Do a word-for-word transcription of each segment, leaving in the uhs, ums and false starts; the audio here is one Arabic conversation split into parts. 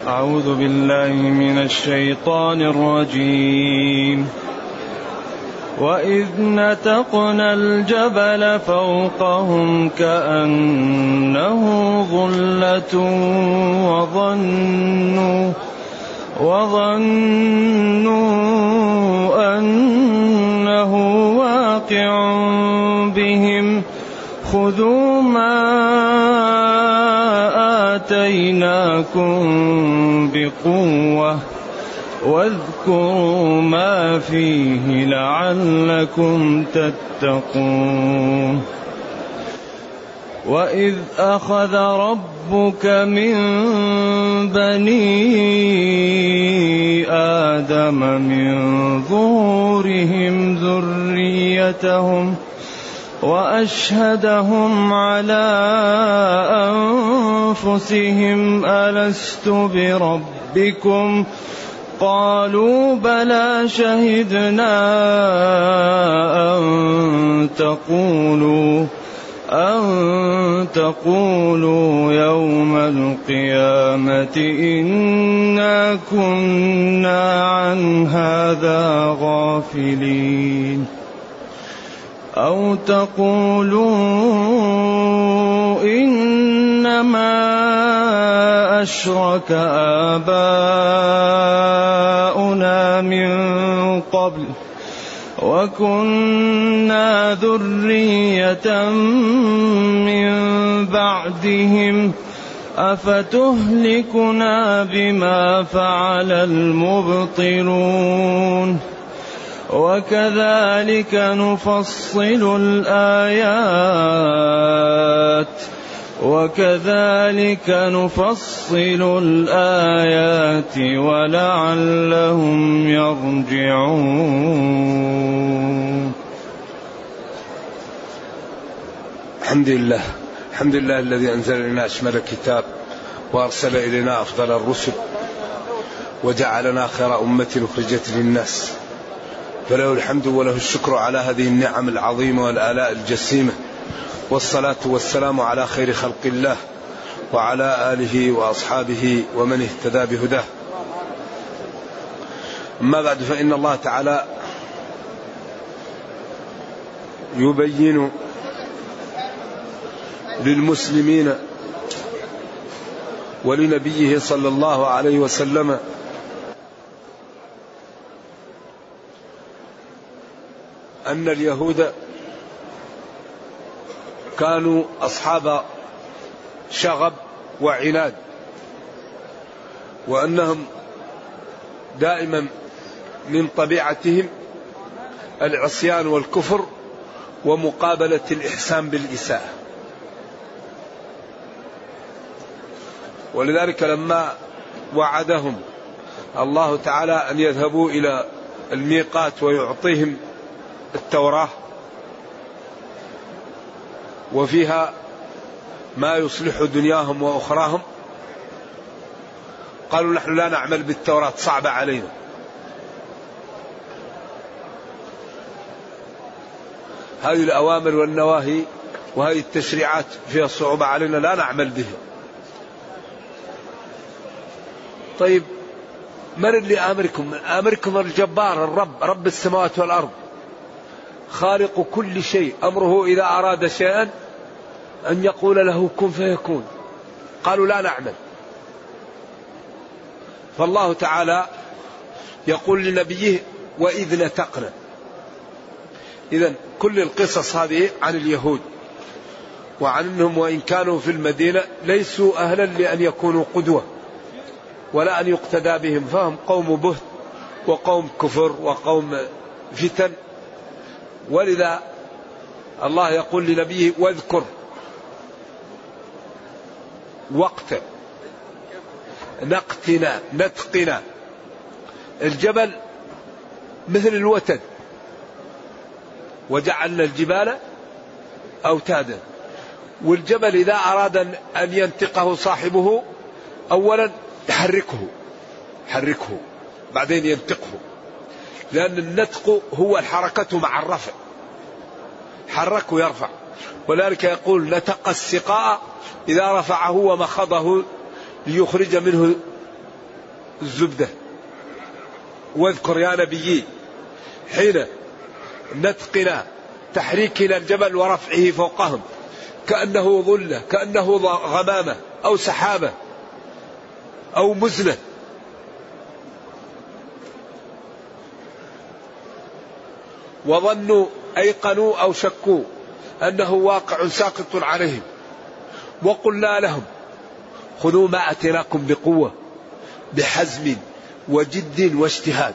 أعوذ بالله من الشيطان الرجيم. وإذ نتقنا الجبل فوقهم كأنه ظلة وظنوا وظنوا أنه واقع بهم خذوا ما آتيناكم بقوة واذكروا ما فيه لعلكم تتقون. وإذ أخذ ربك من بني آدم من ظهورهم ذريتهم وأشهدهم على أنفسهم ألست بربكم قالوا بلى شهدنا أن تقولوا أن تقولوا يوم القيامة إنا كنا عن هذا غافلين أو تقولوا إنما أشرك آباؤنا من قبل وكنا ذرية من بعدهم أفتهلكنا بما فعل المبطلون وكذلك نفصل الآيات وكذلك نفصل الآيات ولعلهم يرجعون. الحمد لله الحمد لله الذي أنزل إلينا أشمل الكتاب وأرسل إلينا أفضل الرسل وجعلنا خير أمة أخرجت للناس، فله الحمد وله الشكر على هذه النعم العظيمة والآلاء الجسيمة، والصلاة والسلام على خير خلق الله وعلى آله وأصحابه ومن اهتدى بهداه. أما بعد، فإن الله تعالى يبين للمسلمين ولنبيه صلى الله عليه وسلم أن اليهود كانوا أصحاب شغب وعناد، وأنهم دائما من طبيعتهم العصيان والكفر ومقابلة الإحسان بالإساءة. ولذلك لما وعدهم الله تعالى أن يذهبوا إلى الميقات ويعطيهم التوراة وفيها ما يصلح دنياهم وأخراهم، قالوا نحن لا نعمل بالتوراة، صعبة علينا. هذه الأوامر والنواهي وهذه التشريعات فيها صعوبة علينا، لا نعمل بها. طيب من اللي آمركم؟ آمركم الجبار الرب، رب السماوات والأرض، خالق كل شيء، أمره إذا أراد شيئا أن يقول له كن فيكون. قالوا لا نعمل. فالله تعالى يقول لنبيه وإذ نتقنا. إذن كل القصص هذه عن اليهود وعن أنهم وإن كانوا في المدينة ليسوا أهلا لأن يكونوا قدوة ولا أن يقتدى بهم، فهم قوم بهت وقوم كفر وقوم فتن. ولذا الله يقول لنبيه واذكر وقت نقتنا نتقنا. الجبل مثل الوتد، وجعلنا الجبال أوتادا. والجبل إذا أراد أن ينتقه صاحبه أولا يحركه حركه بعدين ينتقه، لأن النتق هو الحركة مع الرفع، حرك ويرفع. ولذلك يقول نتق السقاء إذا رفعه ومخضه ليخرج منه الزبدة. واذكر يا نبي حين نتقنا تحريكنا الجبل ورفعه فوقهم كأنه ظلة كأنه غمامة أو سحابة أو مزنة. وظنوا أيقنوا أو شكوا أنه واقع ساقط عليهم وقلنا لهم خذوا ما أتيناكم بقوة بحزم وجد واجتهاد.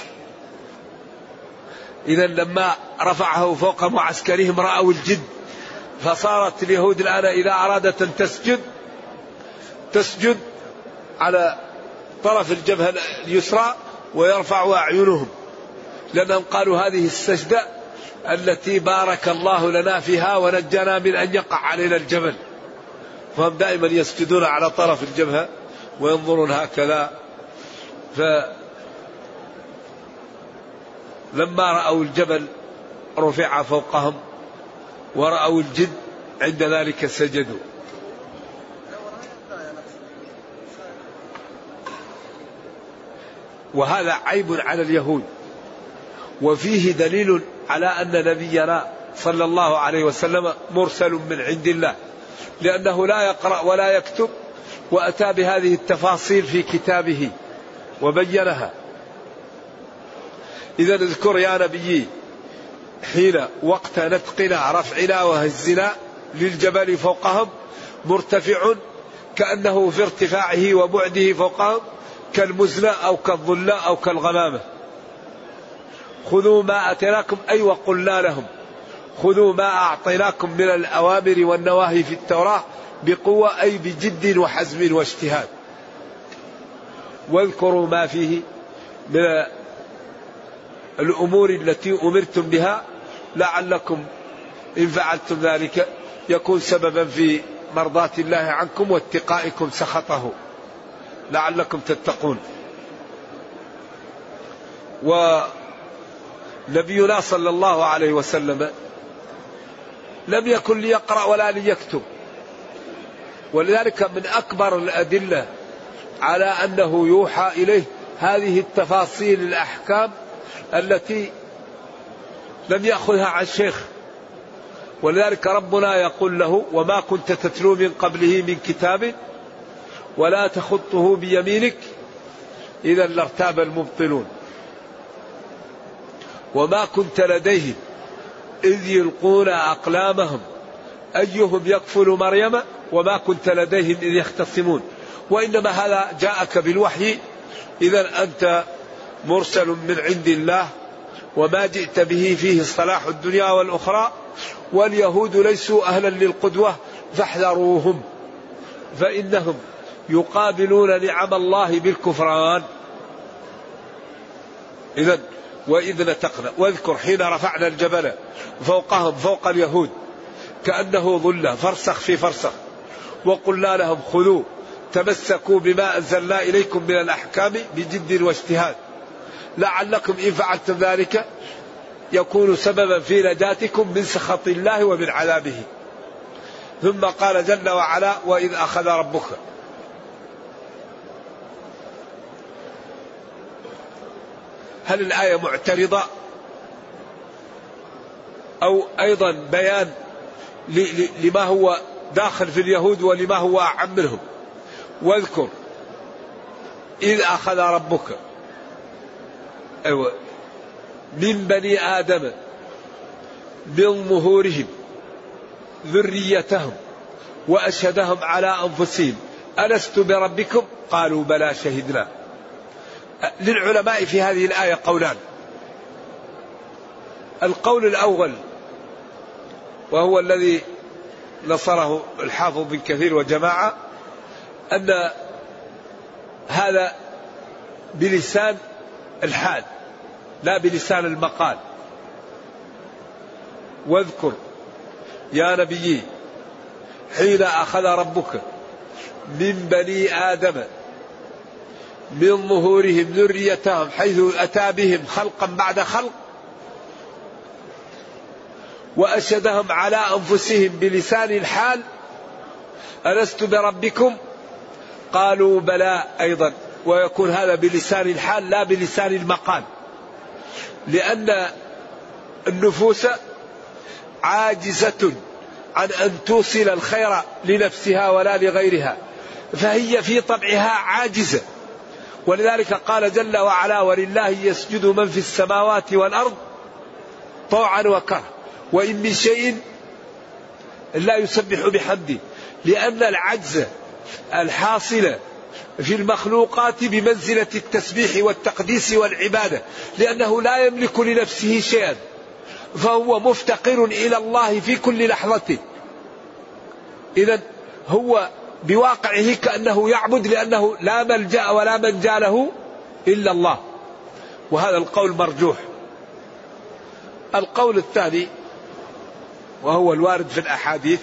إذا لما رفعه فوق معسكرهم رأوا الجد، فصارت اليهود الآن إذا أرادت أن تسجد تسجد على طرف الجبهة اليسرى ويرفعوا أعينهم، لأنهم قالوا هذه السجدة التي بارك الله لنا فيها ونجنا من أن يقع علينا الجبل. فهم دائما يسجدون على طرف الجبهة وينظرون هكذا. فلما رأوا الجبل رفع فوقهم ورأوا الجد عند ذلك سجدوا. وهذا عيب على اليهود، وفيه دليل على أن نبينا صلى الله عليه وسلم مرسل من عند الله، لأنه لا يقرأ ولا يكتب، وأتى بهذه التفاصيل في كتابه وبينها. إذا اذكر يا نبي حين وقت نتقنا رفعنا وهزنا للجبل فوقهم مرتفع كأنه في ارتفاعه وبعده فوقهم كالمزلة أو كالظلة أو كالغمامة. خذوا ما أتيناكم أي وقلنا لهم خذوا ما أعطيناكم من الأوامر والنواهي في التوراة بقوة أي بجد وحزم واجتهاد. واذكروا ما فيه من الأمور التي أمرتم بها لعلكم إن فعلتم ذلك يكون سببا في مرضاة الله عنكم واتقائكم سخطه لعلكم تتقون. ونبينا صلى الله عليه وسلم لم يكن ليقرأ ولا ليكتب، ولذلك من أكبر الأدلة على أنه يوحى إليه هذه التفاصيل الأحكام التي لم يأخذها عن شيخ. ولذلك ربنا يقول له وما كنت تتلو من قبله من كتاب ولا تخطه بيمينك إذا لارتاب المبطلون. وما كنت لديهم إذ يلقون أقلامهم أيهم يكفل مريم وما كنت لديهم إذ يختصمون. وإنما هذا جاءك بالوحي، إذا أنت مرسل من عند الله، وما جئت به فيه صلاح الدنيا والأخرى. واليهود ليسوا أهلا للقدوة فاحذروهم، فإنهم يقابلون نعم الله بالكفران. إذن وإذ نتقنا واذكر حين رفعنا الجبل فوقهم فوق اليهود كأنه ظلة فرسخ في فرسخ وقلنا لهم خذوا تمسكوا بما أنزلنا إليكم من الأحكام بجد واجتهاد لعلكم إن فعلتم ذلك يكون سببا في نجاتكم من سخط الله ومن عذابه. ثم قال جل وعلا وإذ أخذ ربك. هل الآية معترضة أو أيضا بيان لما هو داخل في اليهود ولما هو أعم منهم؟ واذكر إذ أخذ ربك أيوة من بني آدم من ظهورهم ذريتهم وأشهدهم على أنفسهم ألست بربكم قالوا بلى شهدنا. للعلماء في هذه الآية قولان. القول الأول وهو الذي نصره الحافظ بن كثير وجماعة أن هذا بلسان الحال لا بلسان المقال. واذكر يا نبي حين أخذ ربك من بني آدم من ظهورهم ذريتهم حيث أتى بهم خلقا بعد خلق وأشهدهم على أنفسهم بلسان الحال ألست بربكم قالوا بلى أيضا ويكون هذا بلسان الحال لا بلسان المقال، لأن النفوس عاجزة عن أن توصل الخير لنفسها ولا لغيرها، فهي في طبعها عاجزة. ولذلك قال جل وعلا: ولله يسجد من في السماوات والأرض طوعا وكرها وإن من شيء لا يسبح بحمده، لأن العجز الحاصل في المخلوقات بمنزلة التسبيح والتقديس والعبادة، لأنه لا يملك لنفسه شيئا، فهو مفتقر إلى الله في كل لحظة. إذن هو بواقعه كأنه يعبد، لأنه لا ملجأ ولا منجا له إلا الله، وهذا القول مرجوح. القول الثاني وهو الوارد في الأحاديث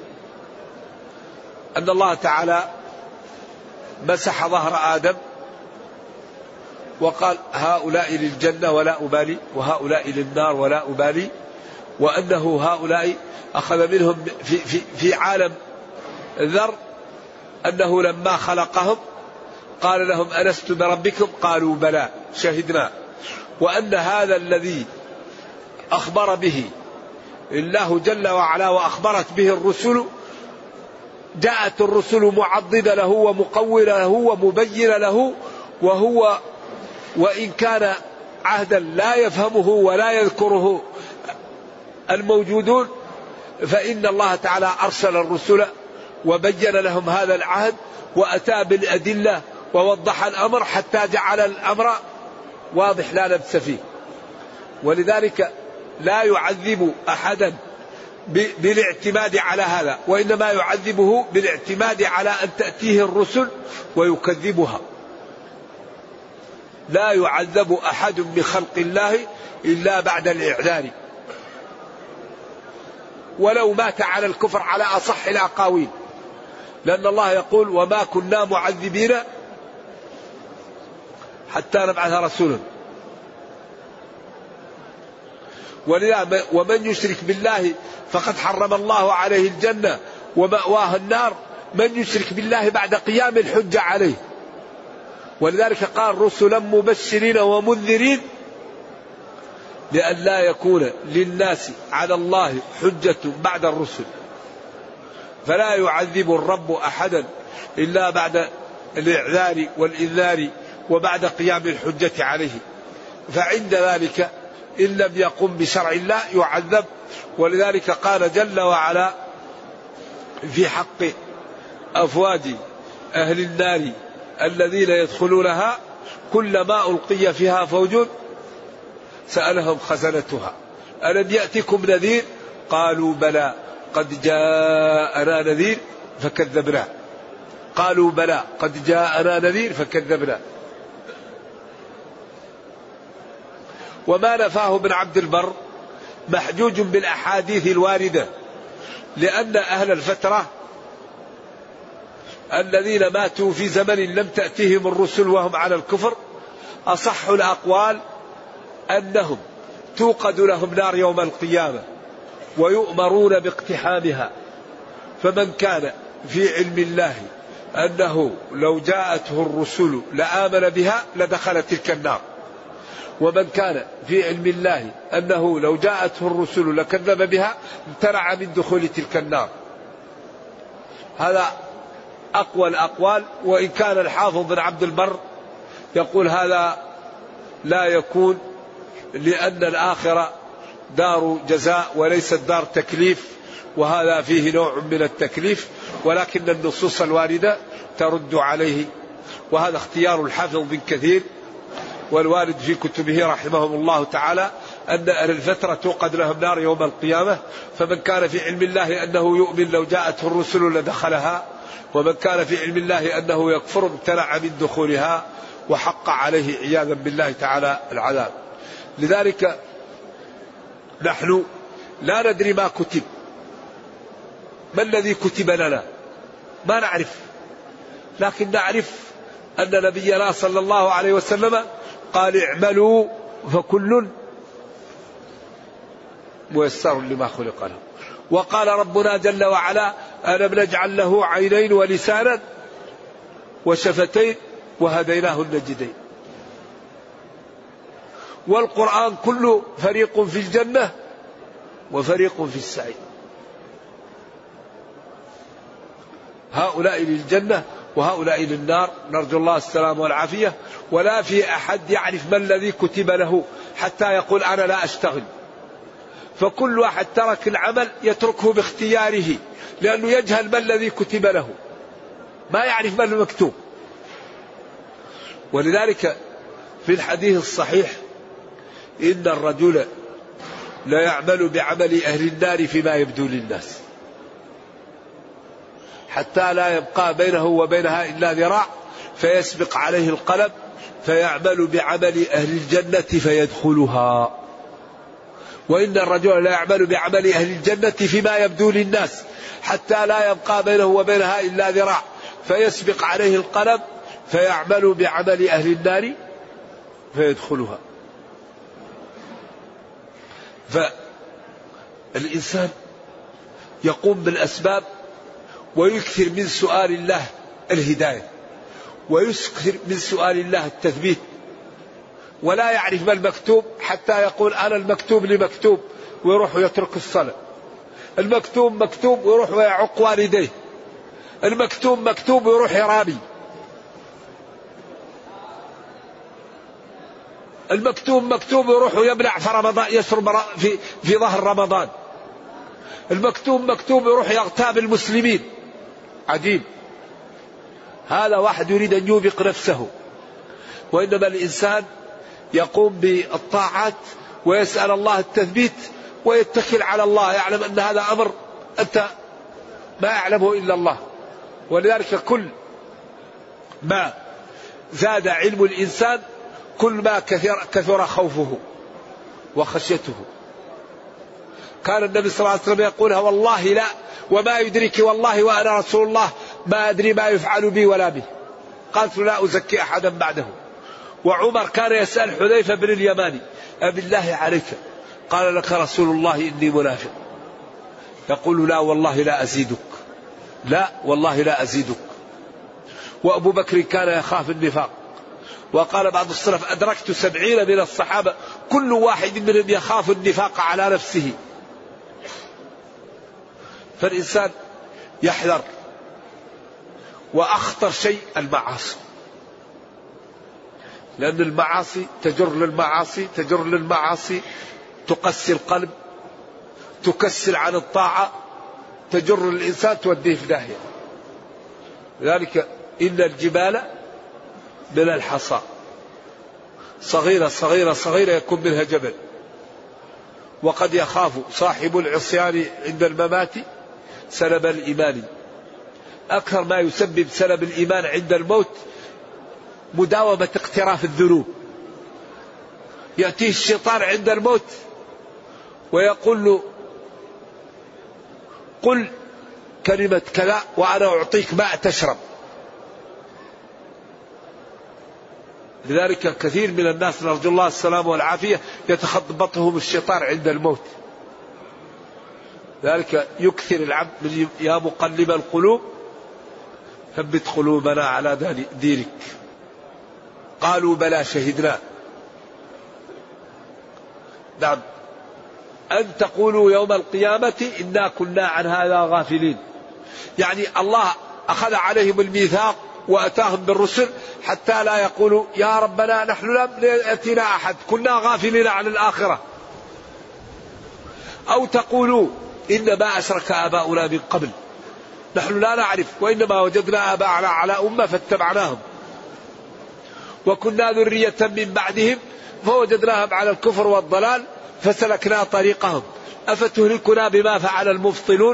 أن الله تعالى مسح ظهر آدم وقال: هؤلاء للجنة ولا أبالي، وهؤلاء للنار ولا أبالي، وأنه هؤلاء أخذ منهم في, في, في عالم ذر أنه لما خلقهم قال لهم: ألست بربكم؟ قالوا: بلى شهدنا. وأن هذا الذي أخبر به الله جل وعلا وأخبرت به الرسل، جاءت الرسل معضدة له ومقولة له ومبينة له، وهو وإن كان عهدا لا يفهمه ولا يذكره الموجودون، فإن الله تعالى أرسل الرسل وبين لهم هذا العهد وأتى بالأدلة ووضح الأمر حتى جعل الأمر واضح لا لبس فيه. ولذلك لا يعذب أحدا بالاعتماد على هذا، وإنما يعذبه بالاعتماد على أن تأتيه الرسل ويكذبها. لا يعذب أحد من خلق الله إلا بعد الإعذار، ولو مات على الكفر على أصح الأقاويل، لأن الله يقول: وما كنا معذبين حتى نبعث رسولا. ولذا ومن يشرك بالله فقد حرم الله عليه الجنة ومأواه النار، من يشرك بالله بعد قيام الحجة عليه. ولذلك قال: رسلا مبشرين ومنذرين لأن لا يكون للناس على الله حجة بعد الرسل. فلا يعذب الرب أحدا إلا بعد الإعذار والإنذار وبعد قيام الحجة عليه، فعند ذلك إن لم يقم بشرع الله يعذب. ولذلك قال جل وعلا في حق أفواج أهل النار الذين يدخلونها: كلما ألقي فيها فوج سألهم خزنتها ألم يأتكم نذير؟ قالوا: بلى قد جاءنا نذير فكذبنا. قالوا: بلى قد جاءنا نذير فكذبنا. وما نفاه ابن عبد البر محجوج بالأحاديث الواردة، لأن أهل الفترة الذين ماتوا في زمن لم تأتهم الرسل وهم على الكفر أصح الأقوال أنهم توقد لهم نار يوم القيامة ويؤمرون باقتحامها. فمن كان في علم الله أنه لو جاءته الرسل لآمن بها لدخل تلك النار، ومن كان في علم الله أنه لو جاءته الرسل لكذب بها امتنع من دخول تلك النار. هذا أقوى الأقوال، وإن كان الحافظ بن عبد البر يقول هذا لا يكون، لأن الآخرة دار جزاء وليست دار تكليف، وهذا فيه نوع من التكليف، ولكن النصوص الواردة ترد عليه. وهذا اختيار الحافظ بن كثير والوارد في كتبه رحمهم الله تعالى، أن أهل الفترة توقد لهم نار يوم القيامة، فمن كان في علم الله أنه يؤمن لو جاءته الرسل لدخلها، ومن كان في علم الله أنه يكفر امتنع من دخولها وحق عليه عياذا بالله تعالى العذاب. لذلك نحن لا ندري ما كتب، ما الذي كتب لنا ما نعرف، لكن نعرف أن نبينا صلى الله عليه وسلم قال: اعملوا فكل ميسر لما خلق له. وقال ربنا جل وعلا: ألم نجعل له عينين ولسانا وشفتين وهديناه النجدين. والقرآن كله فريق في الجنة وفريق في السعير، هؤلاء للجنة وهؤلاء للنار، نرجو الله السلام والعافية. ولا في أحد يعرف ما الذي كتب له حتى يقول أنا لا أشتغل، فكل واحد ترك العمل يتركه باختياره، لأنه يجهل ما الذي كتب له، ما يعرف ما المكتوب. ولذلك في الحديث الصحيح إن الرجل لا يعمل بعمل أهل النار فيما يبدو للناس حتى لا يبقى بينه وبينها إلا ذراع فيسبق عليه القلم فيعمل بعمل أهل الجنة فيدخلها. وإن الرجل لا يعمل بعمل أهل الجنة فيما يبدو للناس حتى لا يبقى بينه وبينها إلا ذراع فيسبق عليه القلم فيعمل بعمل أهل النار فيدخلها. فالإنسان يقوم بالأسباب ويكثر من سؤال الله الهداية ويكثر من سؤال الله التثبيت، ولا يعرف ما المكتوب حتى يقول أنا المكتوب لمكتوب ويروح يترك الصلاة، المكتوب مكتوب ويروح ويعق والديه، المكتوب مكتوب ويروح يرابي، المكتوب مكتوب ويروح يبلع في رمضان يشرب في في ظهر رمضان، المكتوب مكتوب ويروح يغتاب المسلمين. عجيب، هذا واحد يريد أن يوبق نفسه. وإنما الإنسان يقوم بالطاعات ويسأل الله التثبيت ويتكل على الله، يعلم أن هذا أمر أنت ما يعلمه إلا الله. ولذلك كل ما زاد علم الإنسان كل ما كثر, كثر خوفه وخشيته. كان النبي صلى الله عليه وسلم يقولها والله لا وما يدرك والله وأنا رسول الله ما أدري ما يفعل بي ولا به، قالت لا أزكي أحدا بعده. وعمر كان يسأل حذيفة بن اليماني أبالله عليك قال لك رسول الله إني منافق، يقول لا والله لا أزيدك، لا والله لا أزيدك. وأبو بكر كان يخاف النفاق، وقال بعض السلف أدركت سبعين من الصحابة كل واحد منهم يخاف النفاق على نفسه. فالإنسان يحذر. وأخطر شيء المعاصي، لأن المعاصي تجر للمعاصي تجر للمعاصي تقسي القلب، تكسل عن الطاعة، تجر الإنسان توديه في داهية. لذلك إن الجبال من الحصى صغيرة صغيرة صغيرة يكون منها جبل. وقد يخاف صاحب العصيان عند الممات سلب الإيمان. أكثر ما يسبب سلب الإيمان عند الموت مداومة اقتراف الذنوب. يأتيه الشيطان عند الموت ويقول له قل كلمة كذا وأنا أعطيك ماء تشرب. لذلك كثير من الناس نرجو الله السلامة والعافية يتخبطهم الشيطان عند الموت. ذلك يكثر العبد من يا مقلب القلوب ثبت قلوبنا على دينك. قالوا بلى شهدنا. نعم، أن تقولوا يوم القيامة إنا كنا عن هذا غافلين. يعني الله أخذ عليهم الميثاق وأتاهم بالرسل حتى لا يقولوا يا ربنا نحن لم يأتنا أحد كنا غافلين عن الآخرة. أو تقولوا إنما أشرك آباؤنا من قبل نحن لا نعرف وإنما وجدنا آباءنا على أمة فاتبعناهم وكنا ذرية من بعدهم فوجدناهم على الكفر والضلال فسلكنا طريقهم أفتهلكنا بما فعل المبطلون.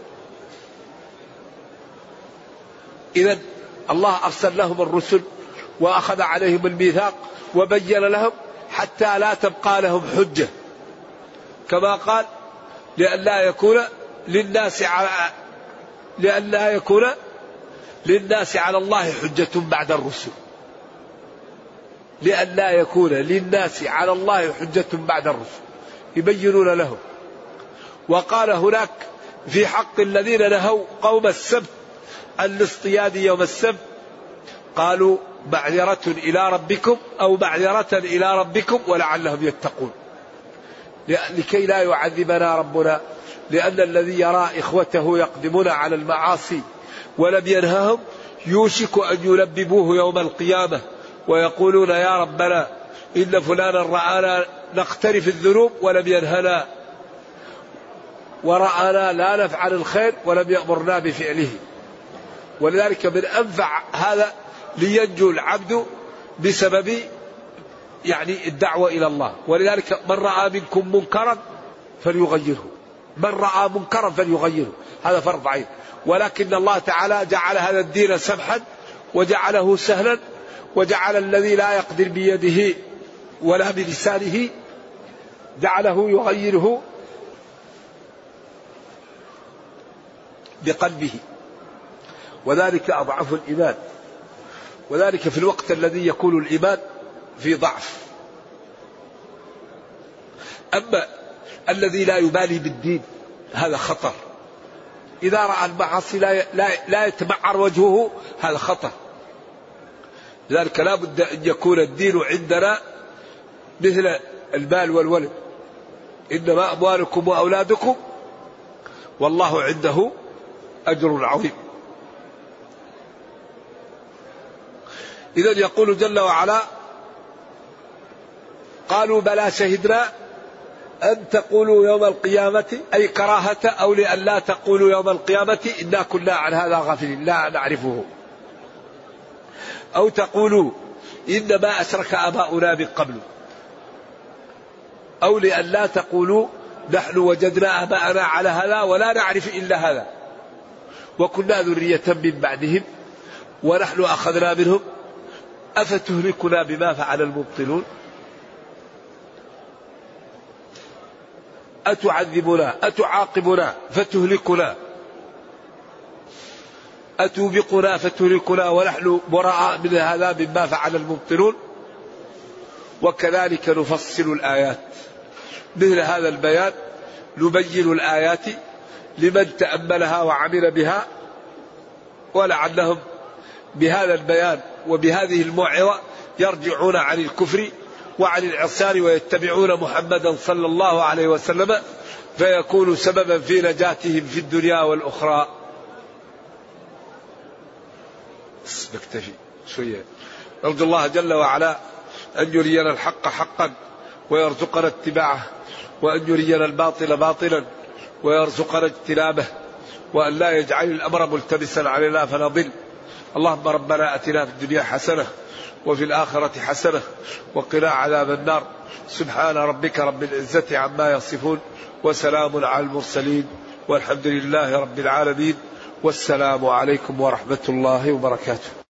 إذن الله أرسل لهم الرسل وأخذ عليهم الميثاق وبين لهم حتى لا تبقى لهم حجة، كما قال لئلا يكون للناس على لئلا يكون للناس على الله حجة بعد الرسل. لئلا يكون للناس على الله حجة بعد الرسل، يبينون لهم. وقال هناك في حق الذين نهوا قوم السبت عن الاصطياد يوم السبت قالوا معذرة إلى ربكم أو معذرة إلى ربكم ولعلهم يتقون، لكي لا يعذبنا ربنا، لأن الذي يرى إخوته يقدمون على المعاصي ولم ينههم يوشك أن يلببوه يوم القيامة ويقولون يا ربنا إن فلانا رآنا نقترف الذنوب ولم ينهنا، ورآنا لا نفعل الخير ولم يأمرنا بفعله. ولذلك من أنفع هذا لينجو العبد بسبب يعني الدعوة إلى الله. ولذلك من رأى منكم منكرا فليغيره، من رأى منكرا فليغيره، هذا فرض عين. ولكن الله تعالى جعل هذا الدين سمحا وجعله سهلا، وجعل الذي لا يقدر بيده ولا بلسانه جعله يغيره بقلبه، وذلك أضعف الإيمان. وذلك في الوقت الذي يكون الإيمان في ضعف. أما الذي لا يبالي بالدين هذا خطر، إذا رأى المعاصي لا لا لا يتمعر وجهه هذا خطر. لذلك لا بد أن يكون الدين عندنا مثل المال والولد، إنما أموالكم وأولادكم والله عنده أجر عظيم. إذن يقول جل وعلا قالوا بلى شهدنا أن تقولوا يوم القيامة، أي كراهة أو لأن لا تقولوا يوم القيامة إنا كنا عن هذا غافلين لا نعرفه، أو تقولوا إنما أشرك آباؤنا من قبل، أو لأن لا تقولوا نحن وجدنا آباءنا على هذا ولا نعرف إلا هذا وكنا ذرية من بعدهم ونحن أخذنا منهم أفتهلكنا بما فعل المبطلون أتعذبنا أتعاقبنا فتهلكنا أتوبقنا فتهلكنا ونحن براء من هذا مما فعل المبطلون. وكذلك نفصل الآيات، مثل هذا البيان نبين الآيات لمن تأملها وعمل بها، ولعلهم بهذا البيان وبهذه الموعظة يرجعون عن الكفر وعن العصيان ويتبعون محمدا صلى الله عليه وسلم، فيكون سببا في نجاتهم في الدنيا والأخرى. نكتفي شوية. نرجو الله جل وعلا أن يرينا الحق حقا ويرزقنا اتباعه، وأن يرينا الباطل باطلا ويرزقنا اجتنابه، وأن لا يجعل الأمر ملتبسا علينا فنضل. اللهم ربنا أتنا في الدنيا حسنة وفي الآخرة حسنة وقنا عذاب النار. سبحان ربك رب العزة عما يصفون وسلام على المرسلين والحمد لله رب العالمين، والسلام عليكم ورحمة الله وبركاته.